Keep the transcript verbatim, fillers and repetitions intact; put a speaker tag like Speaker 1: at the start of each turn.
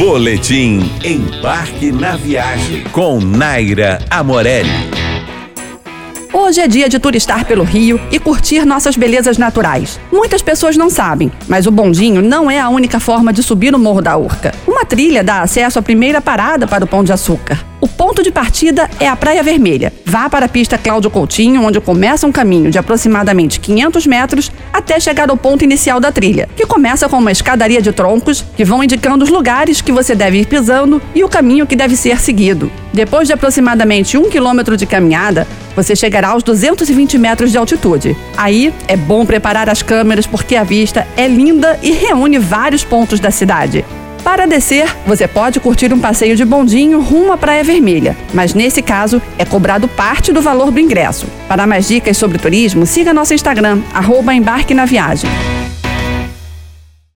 Speaker 1: Boletim Embarque na Viagem com Naira Amorelli.
Speaker 2: Hoje é dia de turistar pelo Rio e curtir nossas belezas naturais. Muitas pessoas não sabem, mas o bondinho não é a única forma de subir o Morro da Urca. Uma trilha dá acesso à primeira parada para o Pão de Açúcar. O ponto de partida é a Praia Vermelha. Vá para a pista Cláudio Coutinho, onde começa um caminho de aproximadamente quinhentos metros até chegar ao ponto inicial da trilha, que começa com uma escadaria de troncos que vão indicando os lugares que você deve ir pisando e o caminho que deve ser seguido. Depois de aproximadamente um quilômetro de caminhada, você chegará aos duzentos e vinte metros de altitude. Aí é bom preparar as câmeras porque a vista é linda e reúne vários pontos da cidade. Para descer, você pode curtir um passeio de bondinho rumo à Praia Vermelha, mas nesse caso é cobrado parte do valor do ingresso. Para mais dicas sobre turismo, siga nosso Instagram, arroba Embarque na Viagem.